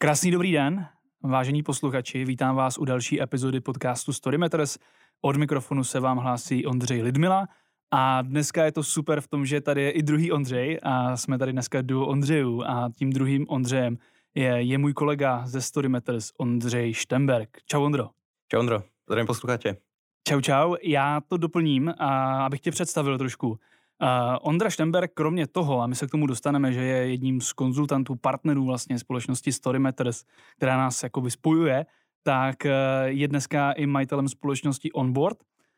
Krásný dobrý den, vážení posluchači, vítám vás u další epizody podcastu Story Matters. Od mikrofonu se vám hlásí Ondřej Lidmila a dneska je to super v tom, že tady je i druhý Ondřej a jsme tady dneska duo Ondřejů a tím druhým Ondřejem je můj kolega ze Story Matters, Ondřej Štemberk. Čau Ondro. Čau Ondro, zdravím posluchače. Čau, já to doplním, abych tě představil trošku. Ondra Štemberk, kromě toho, a my se k tomu dostaneme, že je jedním z konzultantů, partnerů vlastně společnosti Story Matters, která nás jakoby spojuje, tak je dneska i majitelem společnosti Onboard.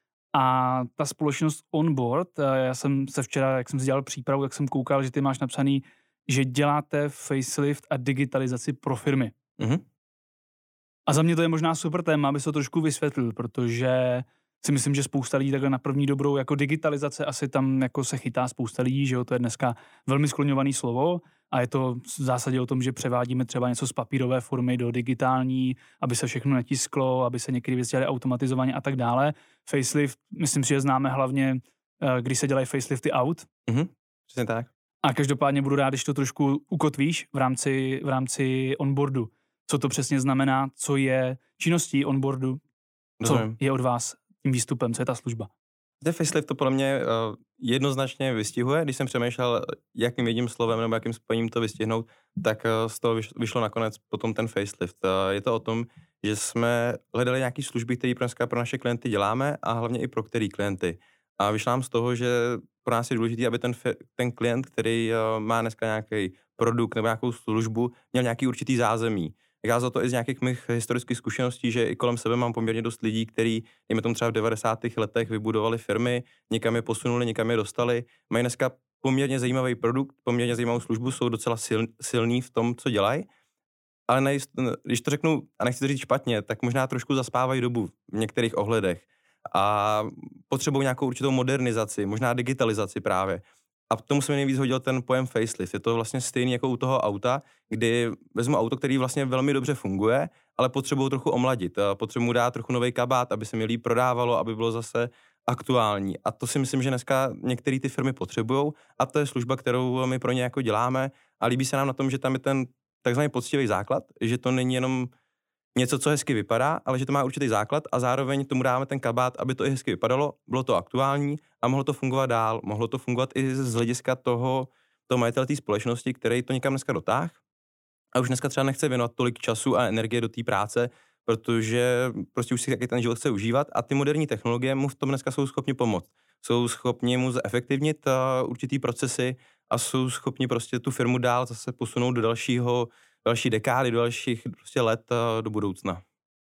A ta společnost Onboard, já jsem se včera, jak jsem si dělal přípravu, tak jsem koukal, že ty máš napsaný, že děláte facelift a digitalizaci pro firmy. Mhm. A za mě to je možná super téma, aby se to trošku vysvětlil, protože si myslím, že spousta lidí takhle na první dobrou, jako digitalizace asi tam jako se chytá spousta lidí, že jo, to je dneska velmi skloňovaný slovo a je to v zásadě o tom, že převádíme třeba něco z papírové formy do digitální, aby se všechno netisklo, aby se některé věci dělaly automatizovaně a tak dále. Facelift, myslím si, že známe hlavně, když se dělají facelifty aut. Mhm, přesně tak. A každopádně budu rád, když to trošku ukotvíš v rámci onboardu. Co to přesně znamená, co je činností onboardu, co je od vás tím výstupem, co je ta služba. Ten facelift to podle mě jednoznačně vystihuje. Když jsem přemýšlel, jakým jedním slovem nebo jakým spojením to vystihnout, tak z toho vyšlo nakonec potom ten facelift. Je to o tom, že jsme hledali nějaké služby, které pro naše klienty děláme a hlavně i pro který klienty. A vyšlo nám z toho, že pro nás je důležité, aby ten klient, který má dneska nějaký produkt nebo nějakou službu, měl nějaký určitý zázemí. Vycházelo to i z nějakých mých historických zkušeností, že i kolem sebe mám poměrně dost lidí, kteří, dejme tomu třeba v 90. letech, vybudovali firmy, někam je posunuli, někam je dostali, mají dneska poměrně zajímavý produkt, poměrně zajímavou službu, jsou docela silní v tom, co dělají, ale když to řeknu, a nechci to říct špatně, tak možná trošku zaspávají dobu v některých ohledech a potřebují nějakou určitou modernizaci, možná digitalizaci právě. A tomu se mi nejvíc hodil ten pojem facelift. Je to vlastně stejný jako u toho auta, kdy vezmu auto, který vlastně velmi dobře funguje, ale potřebuji trochu omladit. Potřebuji dát trochu nový kabát, aby se mi líp prodávalo, aby bylo zase aktuální. A to si myslím, že dneska některé ty firmy potřebujou a to je služba, kterou my pro ně jako děláme a líbí se nám na tom, že tam je ten takzvaný poctivý základ, že to není jenom něco, co hezky vypadá, ale že to má určitý základ a zároveň tomu dáme ten kabát, aby to i hezky vypadalo, bylo to aktuální a mohlo to fungovat dál. Mohlo to fungovat i z hlediska toho majitele té společnosti, který to někam dneska dotáhl a už dneska třeba nechce věnovat tolik času a energie do té práce, protože prostě už si taky ten život chce užívat a ty moderní technologie mu v tom dneska jsou schopni pomoct. Jsou schopni mu zefektivnit určitý procesy a jsou schopni prostě tu firmu dál zase posunout do další dekády, do dalších prostě let do budoucna.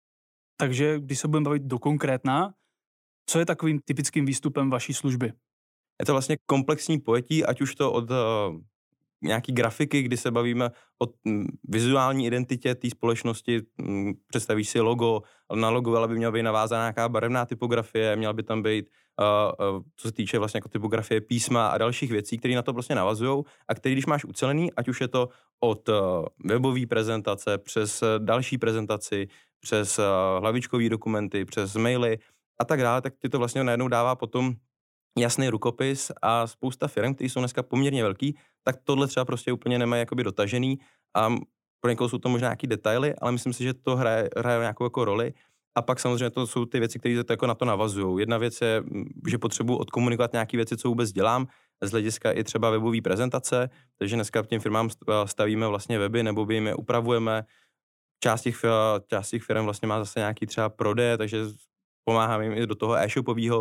Takže když se budeme bavit do konkrétna, co je takovým typickým výstupem vaší služby? Je to vlastně komplexní pojetí, ať už to od nějaký grafiky, kdy se bavíme o vizuální identitě té společnosti, představíš si logo, na logo ale by měla být navázaná nějaká barevná typografie, měla by tam být, co se týče vlastně jako typografie písma a dalších věcí, které na to vlastně navazujou a který, když máš ucelený, ať už je to od webové prezentace, přes další prezentaci, přes hlavičkové dokumenty, přes maily a tak dále, tak ti to vlastně najednou dává potom jasný rukopis a spousta firm, které jsou dneska poměrně velký, tak tohle třeba prostě úplně nemají jakoby dotažený a pro někoho jsou to možná nějaký detaily, ale myslím si, že to hraje nějakou jako roli. A pak samozřejmě to jsou ty věci, které to jako na to navazují. Jedna věc je, že potřebuji odkomunikovat nějaké věci, co vůbec dělám, z hlediska i třeba webové prezentace, takže dneska těm firmám stavíme vlastně weby nebo jim je upravujeme. Část těch firm vlastně má zase nějaký třeba prodeje, takže pomáháme jim i do toho e-shopového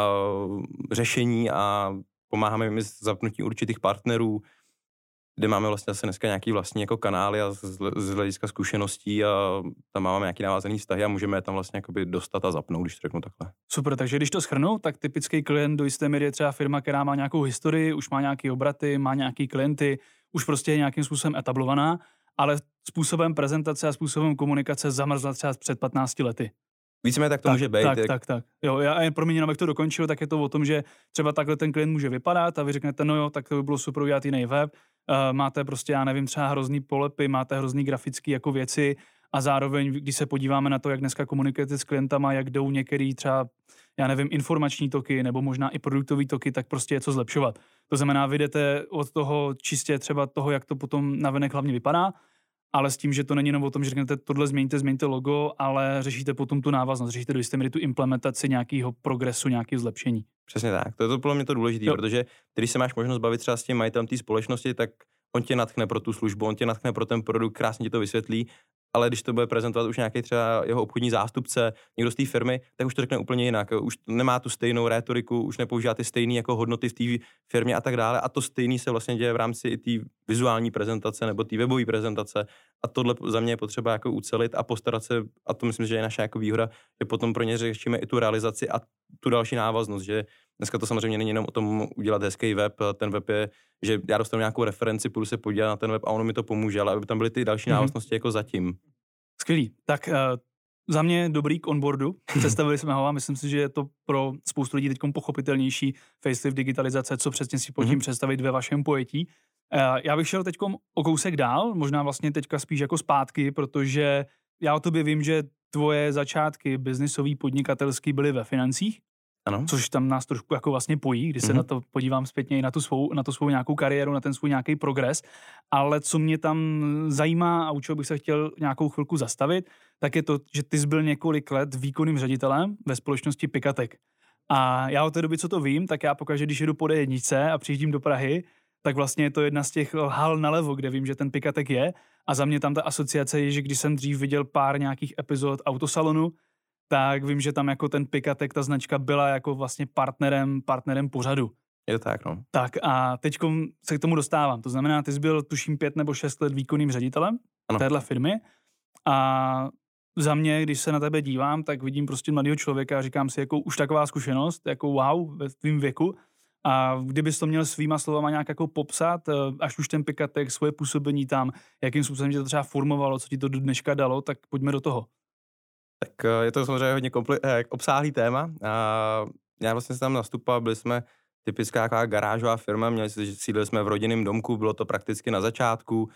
řešení a pomáháme jim i zapnutí určitých partnerů, kde máme vlastně zase dneska nějaký vlastní jako kanály a z hlediska zkušeností a tam máme nějaký navázaný vztahy a můžeme je tam vlastně jakoby dostat a zapnout, když to řeknu takhle. Super, takže když to shrnu, tak typický klient do jisté míry je třeba firma, která má nějakou historii, už má nějaké obraty, má nějaký klienty, už prostě je nějakým způsobem etablovaná, ale způsobem prezentace a způsobem komunikace zamrzla třeba před 15 lety. Víceméně tak to může být. Tak. Jo, já pro mě jenom jak to dokončil, tak je to o tom, že třeba takhle ten klient může vypadat a vy řeknete, no jo, tak to by bylo super udělat jiný web. Máte prostě, já nevím, třeba hrozný polepy, máte hrozný grafický jako věci a zároveň, když se podíváme na to, jak dneska komunikujete s klientama, jak jdou některý třeba, já nevím, informační toky nebo možná i produktový toky, tak prostě je co zlepšovat. To znamená, vy jdete od toho čistě třeba toho, jak to potom navenek hlavně vypadá, ale s tím, že to není jenom o tom, že řeknete tohle změňte logo, ale řešíte potom tu návaznost, řešíte do jisté míry tu implementaci nějakého progresu, nějakého zlepšení. Přesně tak, to je to podle mě to důležité, protože když se máš možnost bavit třeba s tím majitelem té společnosti, tak on tě nadchne pro tu službu, on tě nadchne pro ten produkt, krásně ti to vysvětlí, ale když to bude prezentovat už nějaký třeba jeho obchodní zástupce, někdo z té firmy, tak už to řekne úplně jinak. Už nemá tu stejnou rétoriku, už nepoužívá ty stejné jako hodnoty v té firmě a tak dále. A to stejné se vlastně děje v rámci i té vizuální prezentace nebo té webové prezentace. A tohle za mě je potřeba jako ucelit a postarat se, a to myslím, že je naše jako výhoda, že potom pro ně řešíme i tu realizaci a tu další návaznost, že dneska to samozřejmě není jenom o tom udělat hezký web, ten web je, že já dostanu nějakou referenci, půjdu se podívat na ten web a ono mi to pomůže, ale aby tam byly ty další návaznosti jako zatím. Skvělý. Tak za mě dobrý k onboardu. Představili jsme ho a myslím si, že je to pro spoustu lidí teď pochopitelnější facelift digitalizace, co přesně si pod tím představit ve vašem pojetí. Já bych šel teď o kousek dál, možná vlastně teďka spíš jako zpátky, protože já o tobě vím, že tvoje začátky biznisový, podnikatelský byly ve financích. Ano. Což tam nás trošku jako vlastně pojí, když se na to podívám zpětně i na tu svou nějakou kariéru, na ten svůj nějaký progres, ale co mě tam zajímá a u čeho bych se chtěl nějakou chvilku zastavit, tak je to, že ty jsi byl několik let výkonným ředitelem ve společnosti Picatek. A já od té doby, co to vím, tak já pokaždé, když jedu po D1 a přijíždím do Prahy, tak vlastně je to jedna z těch hal nalevo, kde vím, že ten Picatek je, a za mě tam ta asociace je, že když jsem dřív viděl pár nějakých epizod Autosalonu, tak vím, že tam jako ten Picatek, ta značka byla jako vlastně partnerem pořadu. Je to tak, no. Tak a teď se k tomu dostávám. To znamená, ty jsi byl tuším 5 nebo 6 let výkonným ředitelem téhle firmy a za mě, když se na tebe dívám, tak vidím prostě mladého člověka a říkám si, jako už taková zkušenost, jako wow, ve tvým věku. A kdybys to měl svýma slovama nějak jako popsat, až už ten Picatek, svoje působení tam, jakým způsobem tě to třeba formovalo, co ti to do dneška dalo, tak pojďme do toho. Tak je to samozřejmě hodně obsáhlý téma. Já vlastně jsem tam nastupoval, byli jsme typická garážová firma, sídlili jsme v rodinném domku, bylo to prakticky na začátku.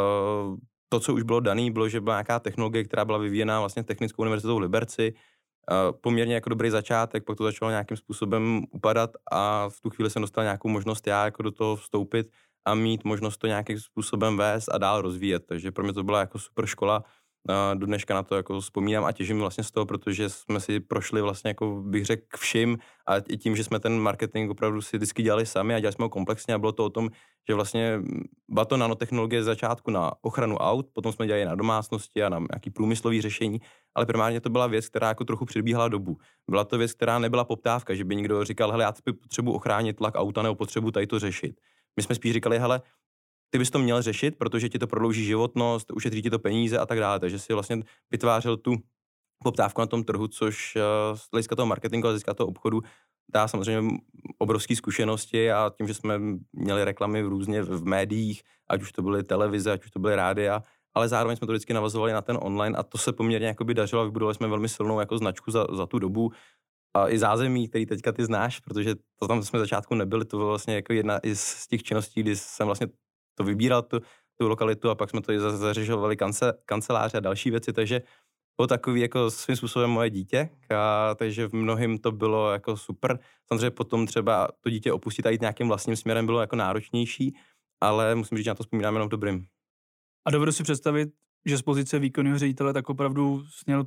To, co už bylo dané, bylo, že byla nějaká technologie, která byla vyvíjená vlastně Technickou univerzitou v Liberci. Poměrně jako dobrý začátek, pak to začalo nějakým způsobem upadat a v tu chvíli jsem dostal nějakou možnost já jako do toho vstoupit a mít možnost to nějakým způsobem vést a dál rozvíjet. Takže pro mě to byla jako super škola. Do dneška na to jako vzpomínám a těžím vlastně z toho, protože jsme si prošli vlastně jako bych řekl všim a i tím, že jsme ten marketing opravdu si vždycky dělali sami a dělali jsme ho komplexně a bylo to o tom, že vlastně byla to nanotechnologie z začátku na ochranu aut, potom jsme dělali na domácnosti a na nějaký průmyslový řešení, ale primárně to byla věc, která jako trochu předbíhala dobu. Byla to věc, která nebyla poptávka, že by někdo říkal, hele, já potřebuji ochránit tlak auta nebo potřebuji tady to řešit. My jsme spíš říkali, hele, ty bys to měl řešit, protože ti to prodlouží životnost, ušetří ti to peníze a tak dále. Takže si vlastně vytvářel tu poptávku na tom trhu, což z hlediska toho marketingu a z hlediska toho obchodu dá samozřejmě obrovské zkušenosti a tím, že jsme měli reklamy různě v médiích, ať už to byly televize, ať už to byly rádia, ale zároveň jsme to vždycky navazovali na ten online a to se poměrně jakoby dařilo a vybudovali jsme velmi silnou jako značku za tu dobu. A i zázemí, který teďka ty znáš, protože to tam jsme začátku nebyli, to bylo vlastně jako jedna z těch činností, kdy jsem vlastně to vybíral tu lokalitu a pak jsme to i zařižovali kanceláře a další věci, takže bylo takový jako svým způsobem moje dítě, takže v mnohým to bylo jako super. Samozřejmě potom třeba to dítě opustit a jít nějakým vlastním směrem bylo jako náročnější, ale musím říct, že na to vzpomínám jenom dobrým. A dovedu si představit, že z pozice výkonného ředitele tak opravdu měl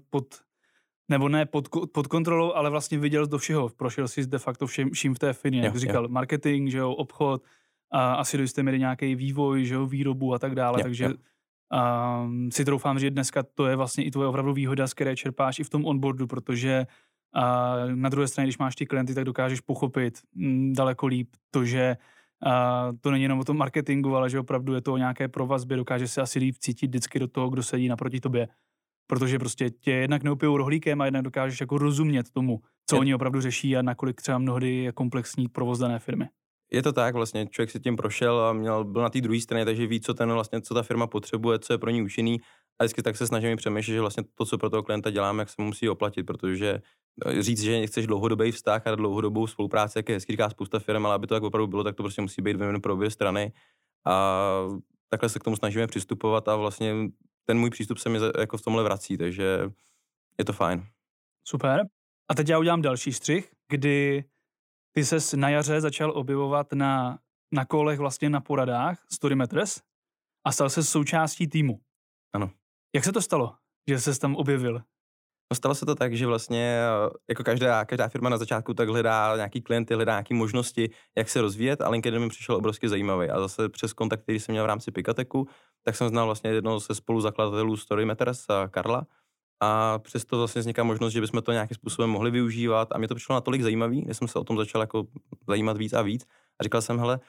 pod kontrolou, ale vlastně viděl do všeho. Prošel si de facto vším v té firmě, jak říkal, marketing, že jo, obchod, a asi do jisté míry nějaký vývoj, že jo, výrobu a tak dále, takže si troufám, že dneska to je vlastně i tvoje opravdu výhoda, z které čerpáš i v tom onboardu, protože na druhé straně, když máš ty klienty, tak dokážeš pochopit daleko líp to, že to není jenom o tom marketingu, ale že opravdu je to o nějaké provazbě, dokáže se asi líp cítit vždycky do toho, kdo sedí naproti tobě. Protože prostě tě jednak neupijou rohlíkem a jednak dokážeš jako rozumět tomu, co oni opravdu řeší a nakolik třeba mnohdy je komplexní provoz dané firmy. Je to tak, vlastně člověk si tím prošel a byl na té druhé straně, takže ví, co ta firma potřebuje, co je pro ní účinný. A vždycky tak se snažíme přemýšlet, že vlastně to, co pro toho klienta děláme, jak se musí oplatit, protože říct, že chceš dlouhodobý vztah a dlouhodobou spolupráci, jak je hezky říká spousta firm, ale aby to tak opravdu bylo, tak to prostě musí být win-win pro obě strany. A takhle se k tomu snažíme přistupovat a vlastně ten můj přístup se mi jako v tomhle vrací, takže je to fajn. Super. A teď já udělám další střih, kdy ty ses na jaře začal objevovat na kolech vlastně na poradách Storymeters a stal se součástí týmu. Ano. Jak se to stalo, že ses tam objevil? No stalo se to tak, že vlastně jako každá firma na začátku tak hledá nějaký klienty, hledá nějaké možnosti, jak se rozvíjet, a LinkedIn mi přišel obrovsky zajímavý. A zase přes kontakt, který jsem měl v rámci Pikatechu, tak jsem znal vlastně jednoho ze spoluzakladatelů Storymatters, Karla. A přesto vlastně vzniká možnost, že bychom to nějakým způsobem mohli využívat. A mě to přišlo natolik zajímavý, že jsem se o tom začal jako zajímat víc a víc. A říkal jsem, hele,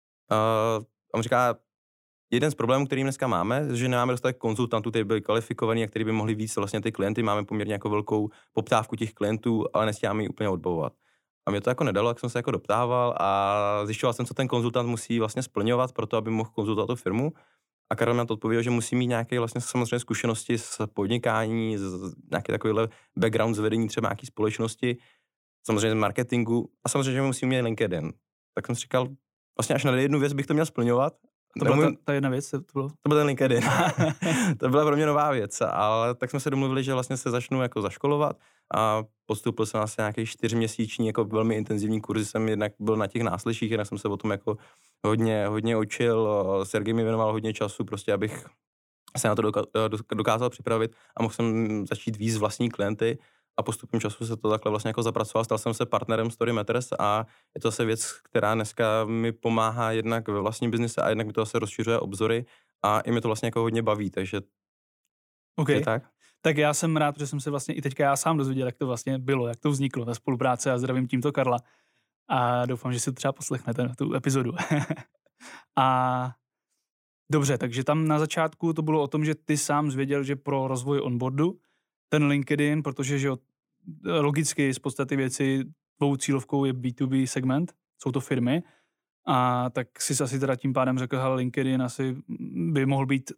on říká, jeden z problémů, který dneska máme, že nemáme dostatek konzultantů, kteří byli kvalifikovaní a kteří by mohli víc vlastně ty klienty. Máme poměrně jako velkou poptávku těch klientů, ale nestíháme ji úplně odbavovat. A mě to jako nedalo, jak jsem se jako doptával a zjišťoval jsem, co ten konzultant musí vlastně splňovat pro to, aby mohl konzultovat tu firmu. A Karel mi na to odpověděl, že musí mít nějaké vlastně samozřejmě zkušenosti s podnikání, nějaký takovýhle background z vedení třeba nějaké společnosti, samozřejmě z marketingu a samozřejmě, že musí mít LinkedIn. Tak jsem si říkal, vlastně až na jednu věc bych to měl splňovat. To byla ta jedna věc? To byl ten LinkedIn. To byla pro mě nová věc, ale tak jsme se domluvili, že vlastně se začnu jako zaškolovat a postupil jsem asi nějaký 4měsíční jako velmi intenzivní kurzy, jsem jednak byl na těch násleších, jednak jsem se o tom jako hodně učil, Sergej mi věnoval hodně času, prostě abych se na to dokázal připravit a mohl jsem začít víc vlastní klienty a postupem času se to takhle vlastně jako zapracoval. Stal jsem se partnerem Storymatters a je to zase věc, která dneska mi pomáhá jednak ve vlastním biznise a jednak mi to zase rozšiřuje obzory a i mi to vlastně jako hodně baví, takže okay. Tak já jsem rád, že jsem se vlastně i teďka já sám dozvěděl, jak to vlastně bylo, jak to vzniklo, ta spolupráce, a zdravím tímto Karla a doufám, že si to třeba poslechnete tu epizodu. A dobře, takže tam na začátku to bylo o tom, že ty sám zvěděl, že pro rozvoj onboardu ten LinkedIn, protože že logicky z podstaty věci tvou cílovkou je B2B segment, jsou to firmy, a tak si asi teda tím pádem řekl, hele, LinkedIn asi by mohl být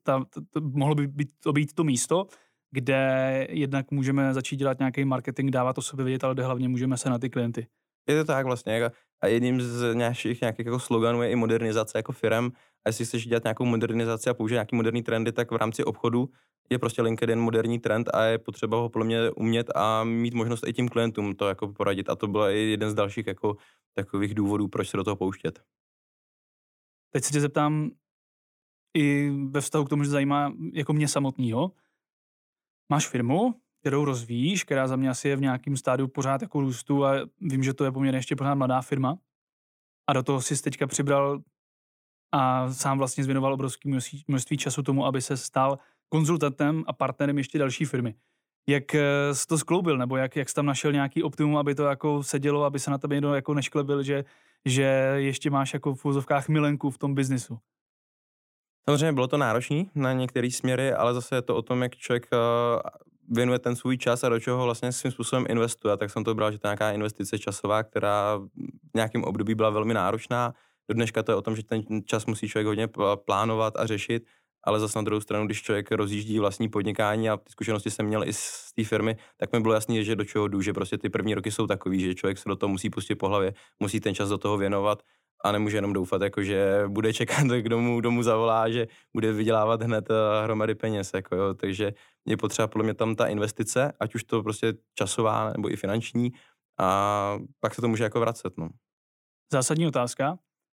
být to místo, kde jednak můžeme začít dělat nějaký marketing, dávat o sobě vědět, ale kde hlavně můžeme se na ty klienty. Je to tak vlastně. A jedním z nějakých jako sloganů je i modernizace jako firem. A jestli chceš dělat nějakou modernizaci a použít nějaký moderní trendy, tak v rámci obchodu je prostě LinkedIn moderní trend a je potřeba ho podle mě umět a mít možnost i tím klientům to jako poradit. A to byl i jeden z dalších jako takových důvodů, proč se do toho pouštět. Teď se tě zeptám i ve vztahu k tomu, že zajímá jako mě samotného. Máš firmu, kterou rozvíjíš, která za mě asi je v nějakém stádiu pořád jako růstu a vím, že to je poměrně ještě pořád mladá firma. A do toho jsi teďka přibral a sám vlastně zvěnoval obrovské množství času tomu, aby se stal konzultantem a partnerem ještě další firmy. Jak jsi to skloubil, nebo jak jsi tam našel nějaký optimum, aby to jako sedělo, aby se na tebe někdo jako nešklebil, že ještě máš jako v úzovkách milenku v tom biznisu? Samozřejmě bylo to náročné na některé směry, ale zase je to o tom, jak člověk věnuje ten svůj čas a do čeho vlastně svým způsobem investuje. Tak jsem to bral, že to je nějaká investice časová, která v nějakém období byla velmi náročná. Do dneška to je o tom, že ten čas musí člověk hodně plánovat a řešit, ale zase na druhou stranu, když člověk rozjíždí vlastní podnikání a ty zkušenosti jsem měl i z té firmy, tak mi bylo jasný, že do čeho jdu, že prostě ty první roky jsou takový, že člověk se do toho musí pustit po hlavě, musí ten čas do toho věnovat a nemůže jenom doufat, jako, že bude čekat, kdo mu zavolá, že bude vydělávat hned hromady peněz. Jako, jo. Takže je potřeba podle mě tam ta investice, ať už to prostě časová nebo i finanční, a pak se to může jako vracet. No. Zásadní otázka.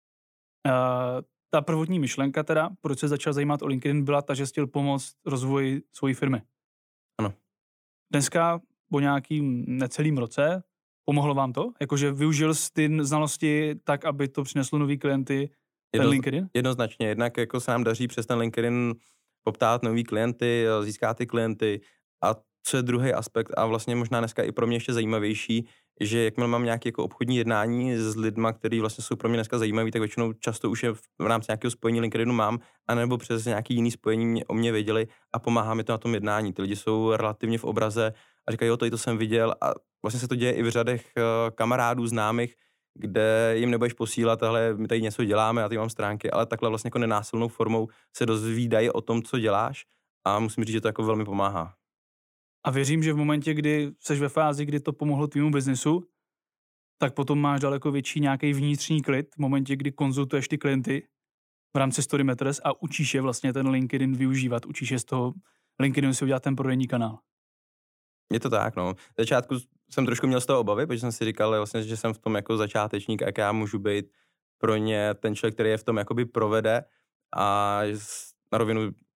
Ta prvotní myšlenka teda, proč se začal zajímat o LinkedIn, byla ta, že chtěl pomoct rozvoji své firmy. Ano. Dneska po nějakým necelým roce pomohlo vám to? Jakože využil jsi ty znalosti tak, aby to přineslo nový klienty ten LinkedIn? Jednoznačně. Jednak jako se nám daří přes ten LinkedIn poptávat nový klienty, získat ty klienty. A co je druhý aspekt a vlastně možná dneska i pro mě ještě zajímavější, že jakmile mám nějaké jako obchodní jednání s lidma, který vlastně jsou pro mě dneska zajímaví, tak většinou často už je v rámci nějakého spojení LinkedInu mám, anebo přes nějaký jiný spojení o mě věděli a pomáhá mi to na tom jednání. Ty lidi jsou relativně v obraze a říkají, jo, to jsem viděl, a vlastně se to děje i v řadech kamarádů, známých, kde jim nebudeš posílat, ale my tady něco děláme a ty mám stránky, ale takhle vlastně jako nenásilnou formou se dozvídají o tom, co děláš, a musím říct, že to jako velmi pomáhá. A věřím, že v momentě, kdy seš ve fázi, kdy to pomohlo tvýmu biznesu, tak potom máš daleko větší nějaký vnitřní klid v momentě, kdy konzultuješ ty klienty v rámci Storymatters a učíš je vlastně ten LinkedIn využívat, učíš je z toho LinkedInu si udělat ten prodejní kanál. Je to tak, no. V začátku jsem trošku měl z toho obavy, protože jsem si říkal vlastně, že jsem v tom jako začátečník, jak já můžu být pro ně ten člověk, který je v tom jakoby provede, a na rovinu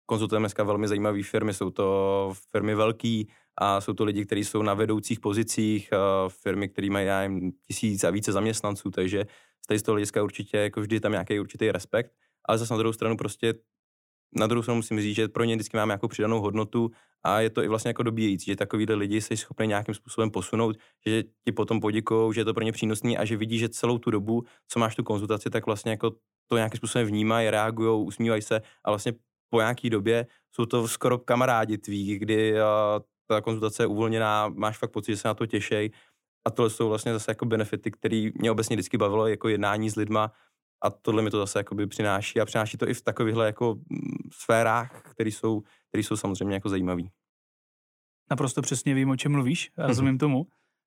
konzultujeme dneska velmi zajímavé firmy, jsou to firmy velký a jsou to lidi, kteří jsou na vedoucích pozicích, firmy, které mají 1000 a více zaměstnanců, takže z toho hlediska určitě jako vždy tam nějaký určitý respekt, ale zase na druhou stranu musím říct, že pro ně vždycky máme nějakou přidanou hodnotu a je to i vlastně jako dobíjející, že takovýhle lidi se schopni nějakým způsobem posunout, že ti potom poděkují, že je to pro ně přínosný a že vidí, že celou tu dobu, co máš tu konzultaci, tak vlastně jako to nějakým způsobem vnímají, reagují, usmívají se a vlastně po nějaký době jsou to skoro kamarádi tví, kdy ta konzultace je uvolněná, máš fakt pocit, že se na to těšej a tohle jsou vlastně zase jako benefity, které mě obecně vždycky bavilo jako jednání s lidma a tohle mi to zase jakoby přináší a přináší to i v takovýchhle jako sférách, které jsou samozřejmě jako zajímavý. Naprosto přesně vím, o čem mluvíš, rozumím tomu.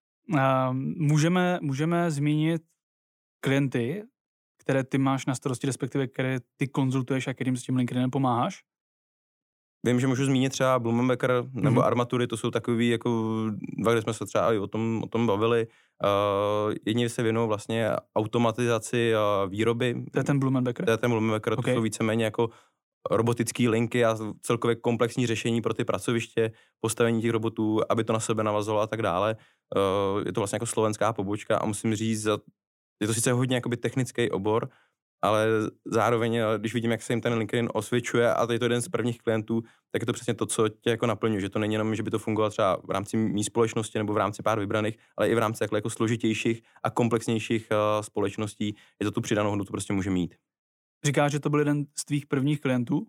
Můžeme zmínit klienty, které ty máš na starosti, respektive které ty konzultuješ a kterým s tím LinkedInem pomáháš? Vím, že můžu zmínit třeba Blumenbecker nebo Armatury, to jsou takový jako dva, kde jsme se třeba i o tom bavili. Jedni se věnují vlastně automatizaci výroby. To je ten Blumenbecker? To je ten Blumenbecker, okay. To jsou víceméně jako robotické linky a celkově komplexní řešení pro ty pracoviště, postavení těch robotů, aby to na sebe navazovalo a tak dále. Je to vlastně jako slovenská pobočka a musím říct, je to sice hodně jakoby technický obor, ale zároveň, když vidím, jak se jim ten LinkedIn osvědčuje a to je to jeden z prvních klientů, tak je to přesně to, co tě jako naplňuje, že to není jenom, že by to fungovalo třeba v rámci mý společnosti nebo v rámci pár vybraných, ale i v rámci jako složitějších a komplexnějších společností, je to tu přidanou hodnotu prostě může mít. Říkáš, že to byl jeden z tvých prvních klientů?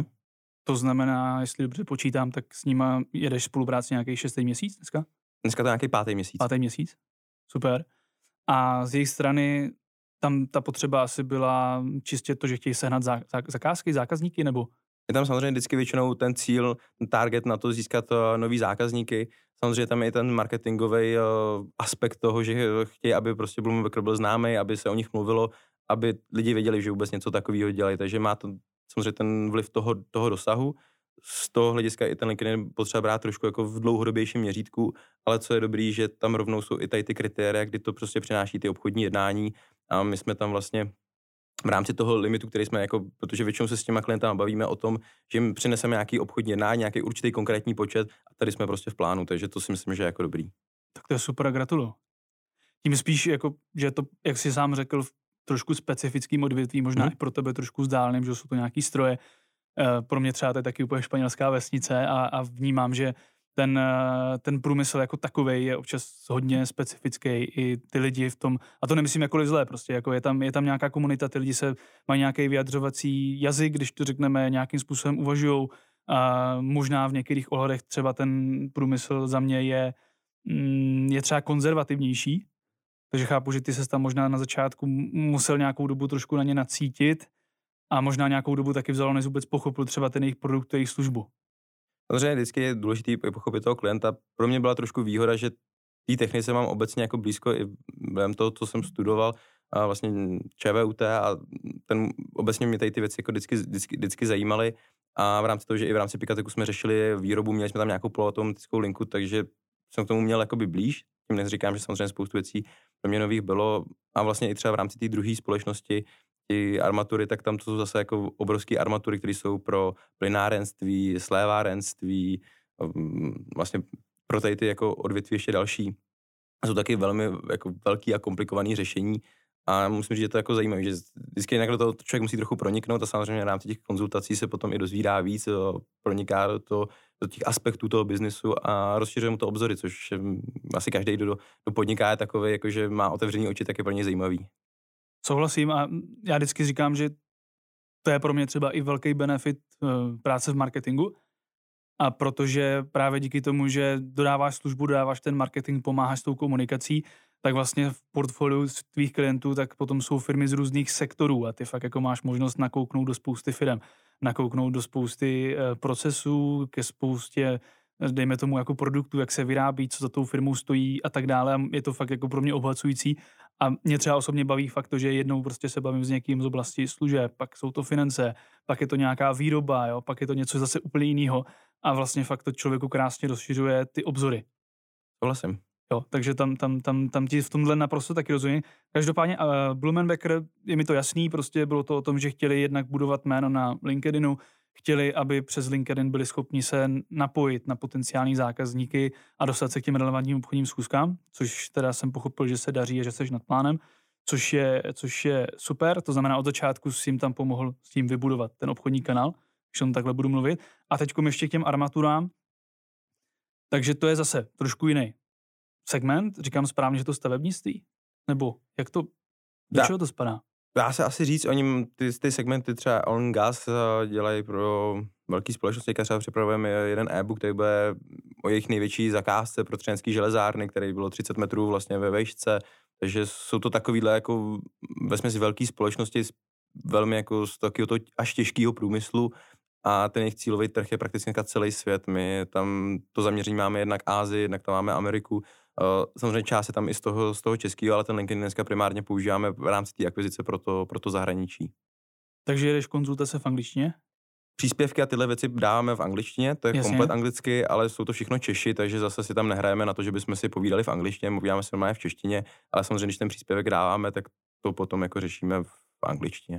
To znamená, jestli dobře počítám, tak s nima jedeš spolupráci nějaký 6. měsíc dneska? Dneska to je nějaký 5. měsíc. 5. měsíc? Super. A z jejich strany tam ta potřeba asi byla čistě to, že chtějí sehnat zakázky, zákazníky, nebo? Je tam samozřejmě vždycky většinou ten cíl, ten target na to získat nový zákazníky. Samozřejmě tam je ten marketingový aspekt toho, že chtějí, aby prostě Blumenbecker byl známý, aby se o nich mluvilo, aby lidi věděli, že vůbec něco takového dělají. Takže má to samozřejmě ten vliv toho dosahu. Z toho hlediska i ten LinkedIn potřeba brát trošku jako v dlouhodobějším měřítku, ale co je dobrý, že tam rovnou jsou i tady ty kritéria, kdy to prostě přináší ty obchodní jednání a my jsme tam vlastně v rámci toho limitu, který jsme jako, protože většinou se s těma klientama bavíme o tom, že jim přineseme nějaký obchodní jednání, nějaký určitý konkrétní počet a tady jsme prostě v plánu, takže to si myslím, že je jako dobrý. Tak to je super, gratuluju. Tím spíš jako, že to, jak jsi sám řekl, v trošku specifickým odvětví, možná i pro tebe trošku vzdáleným, že jsou to nějaký stroje. Pro mě třeba to je taky úplně španělská vesnice a vnímám, že ten průmysl jako takovej je občas hodně specifický i ty lidi v tom, a to nemyslím jakkoliv zlé, prostě jako je tam nějaká komunita, ty lidi mají nějaký vyjadřovací jazyk, když to řekneme, nějakým způsobem uvažujou a možná v některých ohledech třeba ten průmysl za mě je třeba konzervativnější, takže chápu, že ty ses tam možná na začátku musel nějakou dobu trošku na ně nacítit a možná nějakou dobu taky vzalo, než vůbec pochopil třeba ten jejich produkt, jejich službu. Samozřejmě vždycky je důležité pochopit toho klienta. Pro mě byla trošku výhoda, že té technice mám obecně jako blízko i během toho, co jsem studoval, a vlastně ČVUT a obecně mě tady ty věci jako vždycky zajímaly. A v rámci toho, že i v rámci Pikateku jsme řešili výrobu, měli jsme tam nějakou poloautomatickou linku, takže jsem k tomu měl jakoby blíž. Tím neříkám, že samozřejmě spoustu věcí pro mě nových bylo. A vlastně i třeba v rámci té druhé společnosti ty armatury, tak tam to jsou zase jako obrovské armatury, které jsou pro plynárenství, slévárenství, vlastně pro tady ty jako odvětví ještě další. A jsou taky velmi jako velký a komplikovaný řešení a musím říct, že to je jako zajímavé, že vždycky jinak do toho člověk musí trochu proniknout a samozřejmě v rámci těch konzultací se potom i dozvídá víc, proniká do těch aspektů toho biznisu a rozšiřuje mu to obzory, což asi každý, kdo podniká je takový, jakože má otevřený oči, tak je pro ně zajímavý. Souhlasím a já vždycky říkám, že to je pro mě třeba i velký benefit práce v marketingu a protože právě díky tomu, že dodáváš službu, dodáváš ten marketing, pomáháš s tou komunikací, tak vlastně v portfoliu tvých klientů tak potom jsou firmy z různých sektorů a ty fakt jako máš možnost nakouknout do spousty firem, nakouknout do spousty procesů, ke spoustě dejme tomu jako produktů, jak se vyrábí, co za tou firmou stojí a tak dále. Je to fakt jako pro mě obohacující a mě třeba osobně baví fakt to, že jednou prostě se bavím s někým z oblasti služeb, pak jsou to finance, pak je to nějaká výroba, jo, pak je to něco zase úplně jiného a vlastně fakt to člověku krásně rozšiřuje ty obzory. Souhlasím. Jo, takže tam ti v tomhle naprosto taky rozumím. Každopádně Blumenbecker, je mi to jasný, prostě bylo to o tom, že chtěli jednak budovat jméno na LinkedInu, chtěli, aby přes LinkedIn byli schopni se napojit na potenciální zákazníky a dostat se k těm relevantním obchodním schůzkám, což teda jsem pochopil, že se daří a že seš nad plánem, což je super, to znamená od začátku si jim tam pomohl s tím vybudovat ten obchodní kanál, když on takhle budu mluvit. A teďkom ještě k těm armaturám, takže to je zase trošku jiný segment, říkám správně, že to stavebnictví? Nebo jak to, do čeho to spadá? Dá se asi říct, oni ty segmenty třeba On Gas dělají pro velké společnosti, třeba připravujeme jeden e-book, který bude o jejich největší zakázce pro třinecký železárny, který bylo 30 metrů vlastně ve vejšce, takže jsou to takovýhle jako vesměs velké společnosti velmi jako z takového až těžkého průmyslu a ten jejich cílový trh je prakticky celý svět. My tam to zaměření máme jednak Asii, jednak tam máme Ameriku. Samozřejmě část je tam i z toho českého, ale ten LinkedIn dneska primárně používáme v rámci té akvizice pro to zahraničí. Takže jedeš konzultace v angličtině? Příspěvky a tyhle věci dáváme v angličtině, to je komplet anglicky, ale jsou to všechno Češi, takže zase si tam nehrajeme na to, že bychom si povídali v angličtině, mluvíváme si normálně v češtině, ale samozřejmě, když ten příspěvek dáváme, tak to potom jako řešíme v angličtině.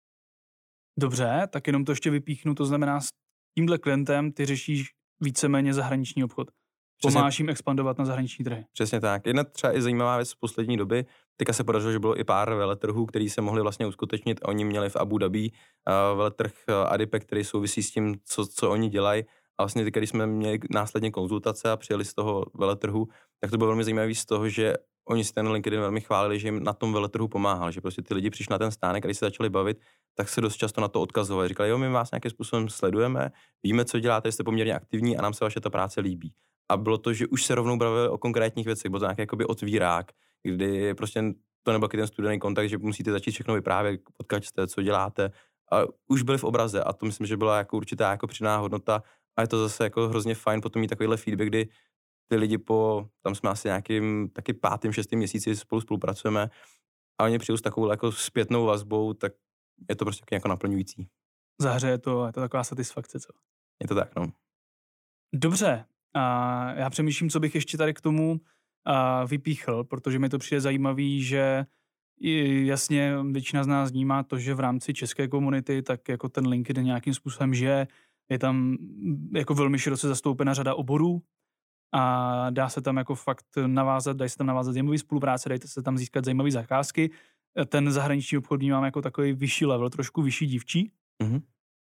Dobře, tak jenom to ještě vypíchnu, to znamená s tímhle klientem ty řešíš víceméně zahraniční obchod. Pomáháš jim expandovat na zahraniční trhy. Přesně tak. Jedna třeba i zajímavá věc z poslední doby, teďka se podařilo, že bylo i pár veletrhů, který se mohli vlastně uskutečnit. Oni měli v Abu Dhabi veletrh Adipec, který souvisí s tím, co oni dělají. A vlastně teďka, když jsme měli následně konzultace a přijeli z toho veletrhu, tak to bylo velmi zajímavé z toho, že oni si ten LinkedIn velmi chválili, že jim na tom veletrhu pomáhal, že prostě ty lidi přišli na ten stánek, když se začali bavit, tak se dost často na to odkazovali. Říkali, jo, my vás nějakým způsobem sledujeme, víme, co děláte, jste poměrně aktivní a nám se vaše ta práce líbí. A bylo to, že už se rovnou bavili o konkrétních věcech, byl to nějaký jakoby otvírák, kdy prostě to nebyl ten studený kontakt, že musíte začít všechno vyprávět, odkud jste, co děláte. A už byli v obraze a to myslím, že byla jako určitá jako přidaná hodnota a je to zase jako hrozně fajn potom mít takovýhle feedback, kdy ty lidi tam jsme asi nějakým taky 5., 6. měsíci spolupracujeme a oni přijdu s takovou jako zpětnou vazbou, tak je to prostě jako naplňující. Zahřeje to, je to taková satisfakce, co? Je to tak, no. Dobře, já přemýšlím, co bych ještě tady k tomu vypíchl, protože mi to přijde zajímavý, že jasně většina z nás vnímá to, že v rámci české komunity tak jako ten LinkedIn nějakým způsobem žije, je tam jako velmi široce zastoupena řada oborů a dá se tam jako fakt dají se tam navázat zajímavý spolupráce, dají se tam získat zajímavé zakázky. Ten zahraniční obchod vnímám jako takový vyšší level, trošku vyšší dívčí. Mm-hmm.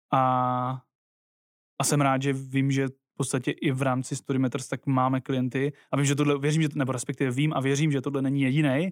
A jsem rád, že vím, že v podstatě i v rámci Storymeters tak máme klienty a vím, že tohle, nebo respektive vím a věřím, že tohle není jedinej,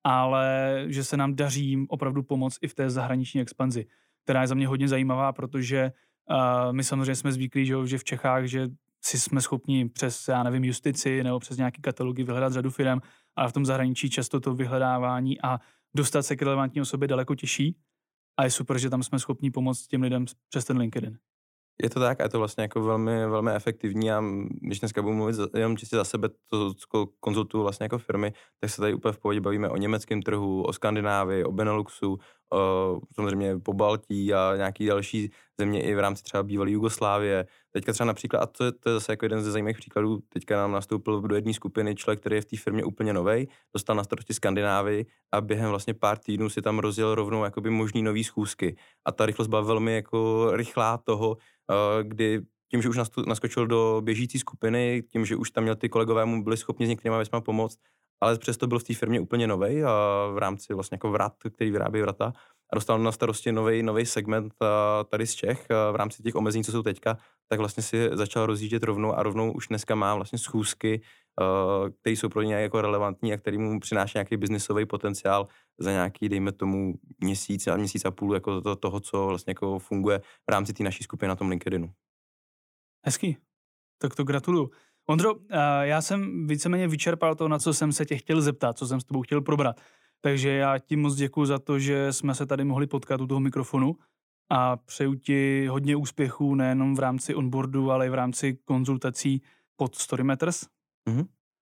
ale že se nám daří opravdu pomoct i v té zahraniční expanzi, která je za mě hodně zajímavá, protože my samozřejmě jsme zvyklí, že v Čechách, že si jsme schopni přes, já nevím, justici nebo přes nějaký katalogy vyhledat řadu firem, ale v tom zahraničí často to vyhledávání a dostat se k relevantní osobě daleko těžší a je super, že tam jsme schopni pomoct těm lidem přes ten LinkedIn. Je to tak a je to vlastně jako velmi, velmi efektivní a když dneska budu mluvit jenom čistě za sebe, to konzultuju vlastně jako firmy, tak se tady úplně v pohodě bavíme o německém trhu, o Skandinávii, o Beneluxu, samozřejmě po Baltí a nějaký další země i v rámci třeba bývalé Jugoslávie. Teďka třeba například, a to je zase jako jeden ze zajímavých příkladů, teďka nám nastoupil do jedné skupiny člověk, který je v té firmě úplně novej, dostal na starosti Skandinávii a během vlastně pár týdnů si tam rozjel rovnou jakoby možný nový schůzky. A ta rychlost byla velmi jako rychlá toho, kdy tím, že už naskočil do běžící skupiny, tím, že už tam měl ty kolegové, mu byli schopni s některýma věcma pomoct, ale přesto byl v té firmě úplně novej a v rámci vlastně jako vrat, který vyrábí vrata a dostal na starosti nový segment tady z Čech v rámci těch omezení, co jsou teďka, tak vlastně si začal rozjíždět rovnou už dneska má vlastně schůzky, které jsou pro něj jako relevantní a který mu přináší nějaký biznisový potenciál za nějaký, dejme tomu, měsíc a půl jako toho, co vlastně jako funguje v rámci té naší skupiny na tom LinkedInu. Hezký. Tak to gratuluju. Ondro, já jsem víceméně vyčerpal to, na co jsem se tě chtěl zeptat, co jsem s tebou chtěl probrat. Takže já ti moc děkuju za to, že jsme se tady mohli potkat u toho mikrofonu a přeju ti hodně úspěchů nejenom v rámci onboardu, ale i v rámci konzultací pod Storymeters. Mm-hmm.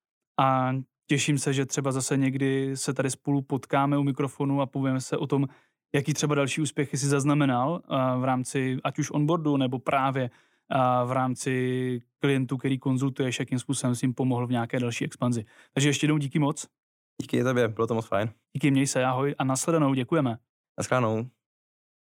A těším se, že třeba zase někdy se tady spolu potkáme u mikrofonu a povíme se o tom, jaký třeba další úspěchy si zaznamenal v rámci ať už onboardu nebo právě v rámci klientů, který konzultuješ, jakým způsobem si jim pomohl v nějaké další expanzi. Takže ještě jednou díky moc. Díky tobě, bylo to moc fajn. Díky, měj se, ahoj a nashledanou, děkujeme. Naschledanou.